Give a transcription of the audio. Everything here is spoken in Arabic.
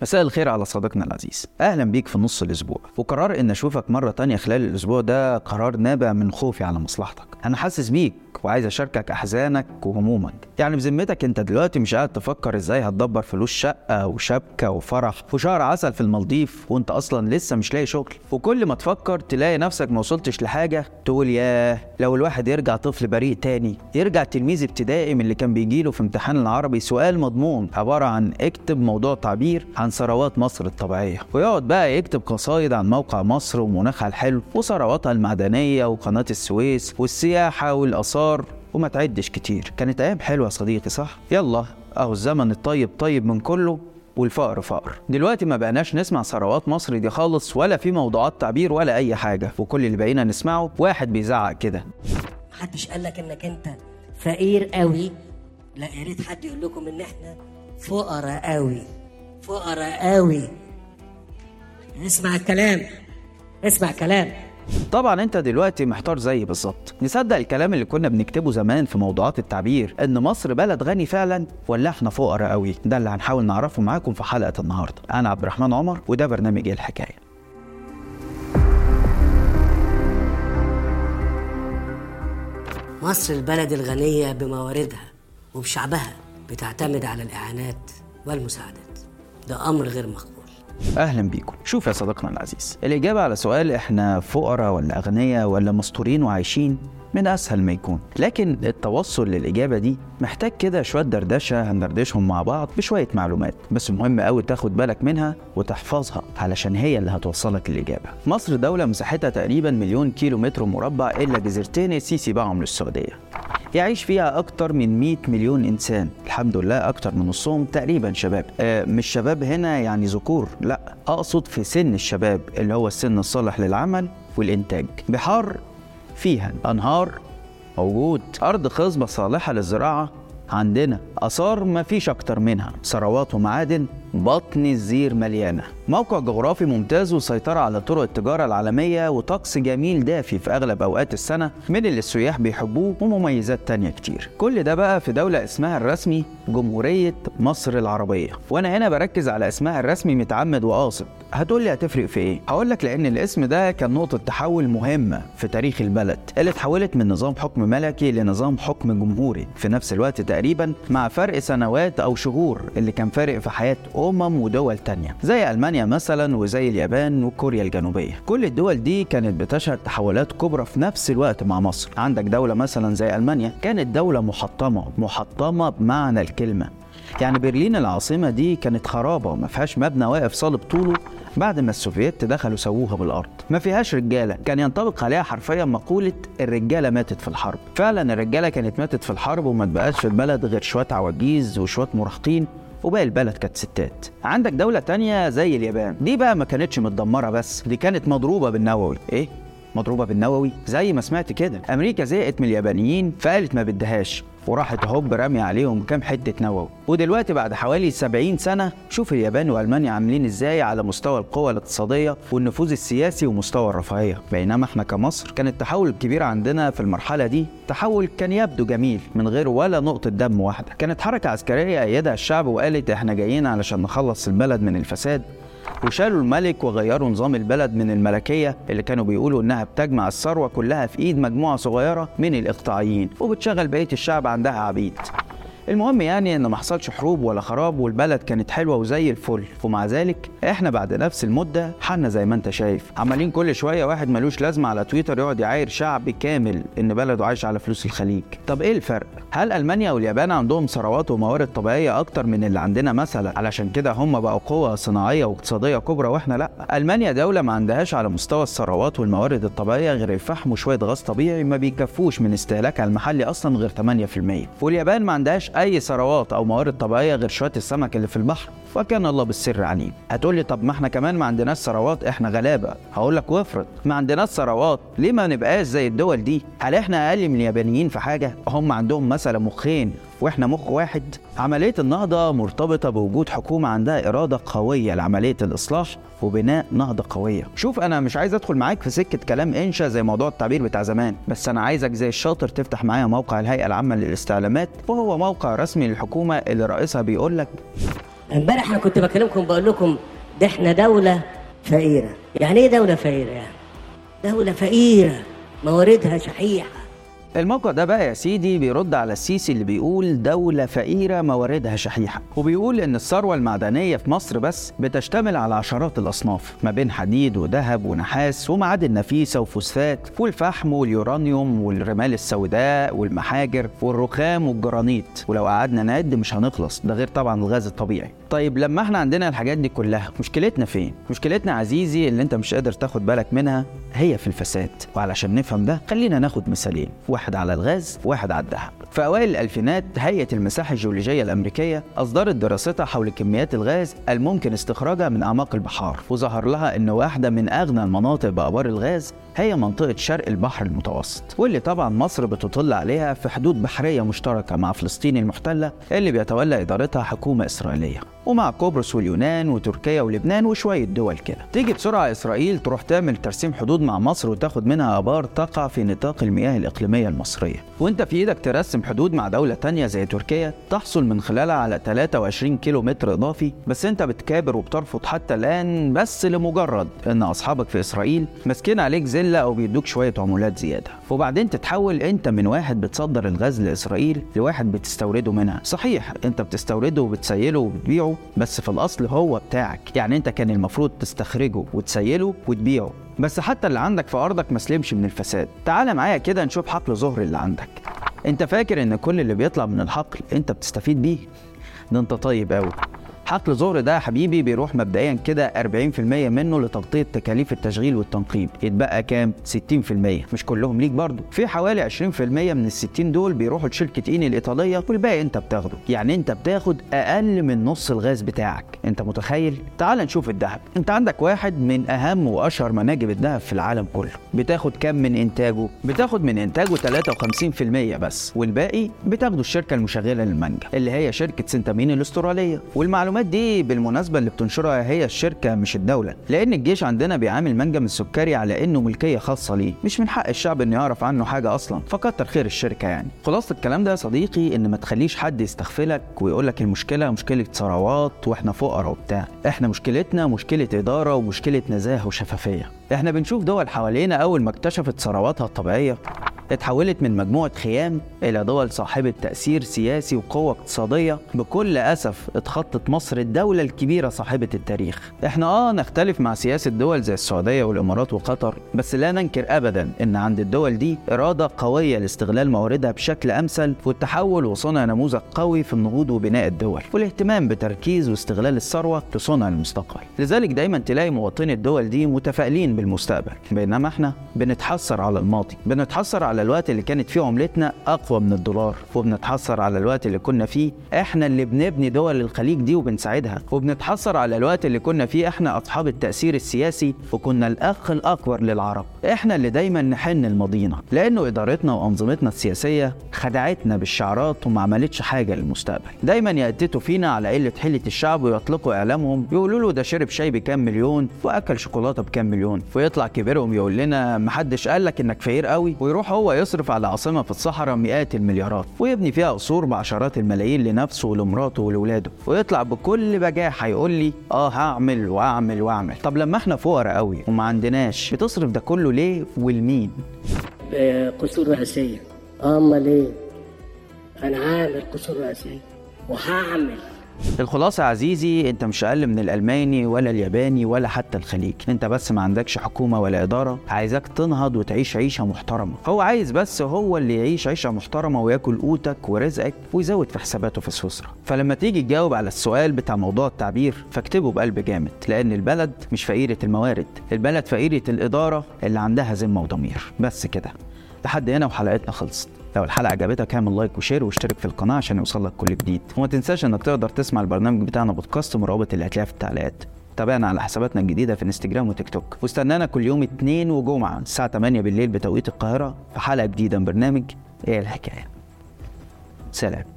مساء الخير على صديقنا العزيز، اهلا بيك في نص الاسبوع. وقرار ان اشوفك مرة تانية خلال الاسبوع ده قرار نابع من خوفي على مصلحتك. انا حاسس بيك وعايز اشاركك احزانك وهمومك. يعني بذمتك انت دلوقتي مش قاعد تفكر ازاي هتدبر فلوس شقة وشبكة وفرح وشهر عسل في المالديف وانت اصلا لسه مش لاقي شغل، وكل ما تفكر تلاقي نفسك ما وصلتش لحاجة تقول ياه لو الواحد يرجع طفل بريء تاني، يرجع تلميذ ابتدائي من اللي كان بيجيله في امتحان العربي سؤال مضمون عبارة عن اكتب موضوع تعبير عن ثروات مصر الطبيعية، ويقعد بقى يكتب قصايد عن موقع مصر ومناخها الحلو وثرواتها المعدنية وقناة السويس والسياحة والآثار وما تعدش كتير. كانت أيام حلوة يا صديقي صح؟ يلا أهو الزمن الطيب طيب من كله والفقر فقر. دلوقتي ما بقناش نسمع ثروات مصر دي خالص، ولا في موضوعات تعبير ولا أي حاجة، وكل اللي بقينا نسمعه واحد بيزعق كده. محدش قالك إنك أنت فقير قوي، لا يا ريت حد يقول لكم إن إحنا فقراء قوي، فقراء قوي. اسمع الكلام، اسمع كلام. طبعا انت دلوقتي محتار زي بالظبط، نصدق الكلام اللي كنا بنكتبه زمان في موضوعات التعبير ان مصر بلد غني فعلا ولا احنا فقراء قوي؟ ده اللي هنحاول نعرفه معاكم في حلقة النهاردة. انا عبد الرحمن عمر وده برنامج ايه الحكاية. مصر البلد الغنية بمواردها وبشعبها بتعتمد على الإعانات والمساعدات، ده أمر غير مقبول. اهلا بيكم. شوف يا صديقنا العزيز، الاجابه على سؤال احنا فقراء ولا اغنياء ولا مستورين وعايشين من اسهل ما يكون، لكن التوصل للاجابه دي محتاج كده شويه دردشه هندردشهم مع بعض بشويه معلومات، بس مهم قوي تاخد بالك منها وتحفظها علشان هي اللي هتوصلك للاجابه. مصر دوله مساحتها تقريبا 1,000,000 كيلو متر مربع الا جزيرتين السيسي باعهم للسعوديه. يعيش فيها أكتر من 100 مليون إنسان، الحمد لله أكتر من نصهم تقريبا شباب. مش شباب هنا يعني ذكور، لا أقصد في سن الشباب اللي هو السن الصالح للعمل والإنتاج. بحار فيها، أنهار موجود، أرض خصبة صالحة للزراعة عندنا، آثار مفيش أكتر منها، ثروات ومعادن بطن الزير مليانة، موقع جغرافي ممتاز وسيطرة على طرق التجارة العالمية، وطقس جميل دافي في أغلب أوقات السنة من اللي السياح بيحبوه، ومميزات تانية كتير. كل ده بقى في دولة اسمها الرسمي جمهورية مصر العربية، وأنا هنا بركز على اسمها الرسمي متعمد وقاصد. هتقولي هتفرق في إيه؟ هقولك لأن الاسم ده كان نقطة تحول مهمة في تاريخ البلد اللي اتحولت من نظام حكم ملكي لنظام حكم جمهوري في نفس الوقت تقريبا، مع فرق سنوات أو شهور اللي كان فارق في حياة ودول تانية زي ألمانيا مثلا وزي اليابان وكوريا الجنوبية. كل الدول دي كانت بتشهد تحولات كبرى في نفس الوقت مع مصر. عندك دولة مثلا زي ألمانيا كانت دولة محطمة بمعنى الكلمة، يعني برلين العاصمة دي كانت خرابة ما فيهاش مبنى واقف صلب طوله بعد ما السوفييت دخلوا سووها بالأرض، ما فيهاش رجالة، كان ينطبق عليها حرفيا مقولة الرجالة ماتت في الحرب. فعلا الرجالة كانت ماتت في الحرب وما تبقاش في البلد غير شوية عواجيز وشوية مراهقين وباقي البلد كانت ستات. عندك دولة تانية زي اليابان، دي بقى ما كانتش متدمرة بس، دي كانت مضروبة بالنووي. ايه؟ مضروبة بالنووي؟ زي ما سمعت كده. امريكا زهقت من اليابانيين فقالت ما بدهاش وراحت هوب رمي عليهم كام حتة نووي. ودلوقتي بعد حوالي 70 سنة شوف اليابان وألمانيا عاملين ازاي على مستوى القوة الاقتصادية والنفوذ السياسي ومستوى الرفاهية. بينما احنا كمصر كان التحول الكبير عندنا في المرحلة دي تحول كان يبدو جميل من غير ولا نقطة دم واحدة. كانت حركة عسكرية أيدها الشعب وقالت احنا جايين علشان نخلص البلد من الفساد، وشالوا الملك وغيروا نظام البلد من الملكية اللي كانوا بيقولوا انها بتجمع الثروة كلها في ايد مجموعة صغيرة من الاقطاعيين وبتشغل بقية الشعب عندها عبيد. المهم يعني ان ما حصلش حروب ولا خراب والبلد كانت حلوه وزي الفل، ومع ذلك احنا بعد نفس المده حالنا زي ما انت شايف، عمالين كل شويه واحد ملوش لازمه على تويتر يقعد يعاير شعب كامل ان بلده عايش على فلوس الخليج. طب ايه الفرق؟ هل المانيا واليابان عندهم ثروات وموارد طبيعيه اكتر من اللي عندنا مثلا علشان كده هم بقوا قوه صناعيه واقتصاديه كبرى واحنا لا؟ المانيا دوله ما عندهاش على مستوى الثروات والموارد الطبيعيه غير الفحم وشويه غاز طبيعي ما بيكفوش من استهلاكها المحلي اصلا غير 8%، واليابان ما عندهاش اي ثروات او موارد طبيعيه غير شويه السمك اللي في البحر وكان الله بالسر عليم. هتقولي طب ما احنا كمان ما عندناش ثروات، احنا غلابه. هقولك وافرض ما عندناش ثروات ليه ما نبقاش زي الدول دي؟ هل احنا اقل من اليابانيين في حاجه؟ هم عندهم مثلا مخين واحنا مخ واحد. عمليه النهضه مرتبطه بوجود حكومه عندها اراده قويه لعمليه الاصلاح وبناء نهضه قويه. شوف انا مش عايز ادخل معاك في سكه كلام انشا زي موضوع التعبير بتاع زمان، بس انا عايزك زي الشاطر تفتح معايا موقع الهيئه العامه للاستعلامات، وهو موقع رسمي للحكومه اللي رئيسها بيقول لك امبارح انا كنت بكلمكم بقول لكم ده احنا دولة فقيرة. يعني ايه دولة فقيرة؟ يعني دولة فقيرة مواردها شحيحة. الموقع ده بقى يا سيدي بيرد على السيسي اللي بيقول دولة فقيرة مواردها شحيحة، وبيقول إن الثروة المعدنية في مصر بس بتشتمل على عشرات الأصناف ما بين حديد وذهب ونحاس ومعادن نفيسة وفوسفات والفحم واليورانيوم والرمال السوداء والمحاجر والرخام والجرانيت، ولو قعدنا نعد مش هنخلص، ده غير طبعا الغاز الطبيعي. طيب لما احنا عندنا الحاجات دي كلها مشكلتنا فين؟ مشكلتنا عزيزي اللي انت مش قادر تاخد بالك منها هي في الفساد. وعلشان نفهم ده خلينا ناخد مثالين، واحد على الغاز وواحد على الذهب. في اوائل الالفينات هيئة المساحة الجيولوجية الامريكية اصدرت دراستها حول كميات الغاز الممكن استخراجها من اعماق البحار، وظهر لها ان واحدة من اغنى المناطق بابار الغاز هي منطقة شرق البحر المتوسط، واللي طبعا مصر بتطل عليها في حدود بحرية مشتركة مع فلسطين المحتلة اللي بيتولى ادارتها حكومة اسرائيلية، ومع قبرص واليونان وتركيا ولبنان وشوية دول كده. تيجي بسرعة إسرائيل تروح تعمل ترسيم حدود مع مصر وتاخد منها آبار تقع في نطاق المياه الإقليمية المصرية، وانت في ايدك ترسم حدود مع دولة تانية زي تركيا تحصل من خلالها على 23 كيلو متر إضافي، بس انت بتكابر وبترفض حتى الآن بس لمجرد ان أصحابك في إسرائيل ماسكين عليك زلة أو بيدوك شوية عمولات زيادة، وبعدين تتحول انت من واحد بتصدر الغاز لإسرائيل لواحد بتستورده منها. صحيح انت بتستورده وبتسيله وبتبيعه، بس في الأصل هو بتاعك، يعني انت كان المفروض تستخرجه وتسيله وتبيعه، بس حتى اللي عندك في أرضك مسلمش من الفساد. تعال معايا كده نشوف حقل ظهر اللي عندك. انت فاكر ان كل اللي بيطلع من الحقل انت بتستفيد بيه؟ ده انت طيب قوي. حقل ظهر ده يا حبيبي بيروح مبدئيا كده 40% منه لتغطية تكاليف التشغيل والتنقيب، يتبقى كام؟ 60%. مش كلهم ليك برضو، في حوالي 20% من ال60 دول بيروحوا لشركة إيني الإيطالية، والباقي انت بتاخده، يعني انت بتاخد أقل من نص الغاز بتاعك. انت متخيل؟ تعال نشوف الذهب. انت عندك واحد من أهم وأشهر مناجم الذهب في العالم كله، بتاخد كام من إنتاجه؟ بتاخد من إنتاجه 53% بس، والباقي بتاخده الشركة المشغلة للمانجا اللي هي شركة سنتامين الأسترالية. والمعلومات دي بالمناسبة اللي بتنشرها هي الشركة مش الدولة، لأن الجيش عندنا بيعامل منجم السكري على إنه ملكية خاصة ليه، مش من حق الشعب إنه يعرف عنه حاجة أصلا، فكتر خير الشركة يعني. خلاصة الكلام ده يا صديقي إن ما تخليش حد يستغفلك ويقولك المشكلة مشكلة ثروات وإحنا فقراء وبتاع. إحنا مشكلتنا مشكلة إدارة ومشكلة نزاهة وشفافية. إحنا بنشوف دول حوالينا أول ما اكتشفت ثرواتها الطبيعية اتحولت من مجموعة خيام إلى دول صاحبة تأثير سياسي وقوة اقتصادية. بكل أسف اتخطت مصر الدولة الكبيرة صاحبة التاريخ. احنا نختلف مع سياسة دول زي السعودية والإمارات وقطر، بس لا ننكر أبدا إن عند الدول دي إرادة قوية لاستغلال مواردها بشكل أمثل والتحول وصنع نموذج قوي في النهوض وبناء الدول، والاهتمام بتركيز واستغلال الثروة لصنع المستقبل. لذلك دايما تلاقي مواطني الدول دي متفائلين بالمستقبل، بينما احنا بنتحسر على الماضي، بنتحسر على الوقت اللي كانت فيه عملتنا أقوى من الدولار، وبنتحسر على الوقت اللي كنا فيه احنا اللي بنبني دول الخليج دي وبنساعدها، وبنتحسر على الوقت اللي كنا فيه احنا أصحاب التأثير السياسي وكنا الأخ الأكبر للعرب. احنا اللي دايما نحن لماضينا، لأنه إدارتنا وأنظمتنا السياسية خدعتنا بالشعارات وما عملتش حاجة للمستقبل. دايما يأتتوا فينا على قلة حيلة الشعب ويطلقوا إعلامهم، يقولوا له ده شرب شاي بكام مليون وأكل شوكولاتة بكام مليون، ويطلع كبيرهم يقول لنا محدش قالك إنك فقير قوي، ويروح هو يصرف على عاصمة في الصحراء مئات المليارات ويبني فيها قصور بعشرات الملايين لنفسه ولمراته ولولاده، ويطلع بكل بجاحة يقول لي هعمل واعمل واعمل. طب لما احنا فقراء قوي وما عندناش بتصرف ده كله ليه والمين؟ قصور رئاسية. امال ايه؟ انا عامل قصور رئاسية وهعمل. الخلاصة عزيزي انت مش اقل من الالماني ولا الياباني ولا حتى الخليج، انت بس ما عندكش حكومة ولا ادارة عايزاك تنهض وتعيش عيشة محترمة. هو عايز بس هو اللي يعيش عيشة محترمة وياكل قوتك ورزقك ويزود في حساباته في سويسرا. فلما تيجي تجاوب على السؤال بتاع موضوع التعبير فاكتبه بقلب جامد، لان البلد مش فقيرة الموارد، البلد فقيرة الادارة اللي عندها ذمة وضمير. بس كده لحد هنا وحلقتنا خلصت. لو الحلقة عجبتك اعمل لايك وشير واشترك في القناة عشان يوصلك كل جديد، وما تنساش انك تقدر تسمع البرنامج بتاعنا بودكاست مرابط اللي هتلاقيها في التعليقات. تابعنا على حساباتنا الجديدة في انستجرام وتيك توك، واستنانا كل يوم اثنين وجمعة الساعة 8 بالليل بتوقيت القاهرة في حلقة جديدة من برنامج ايه الحكاية. سلام.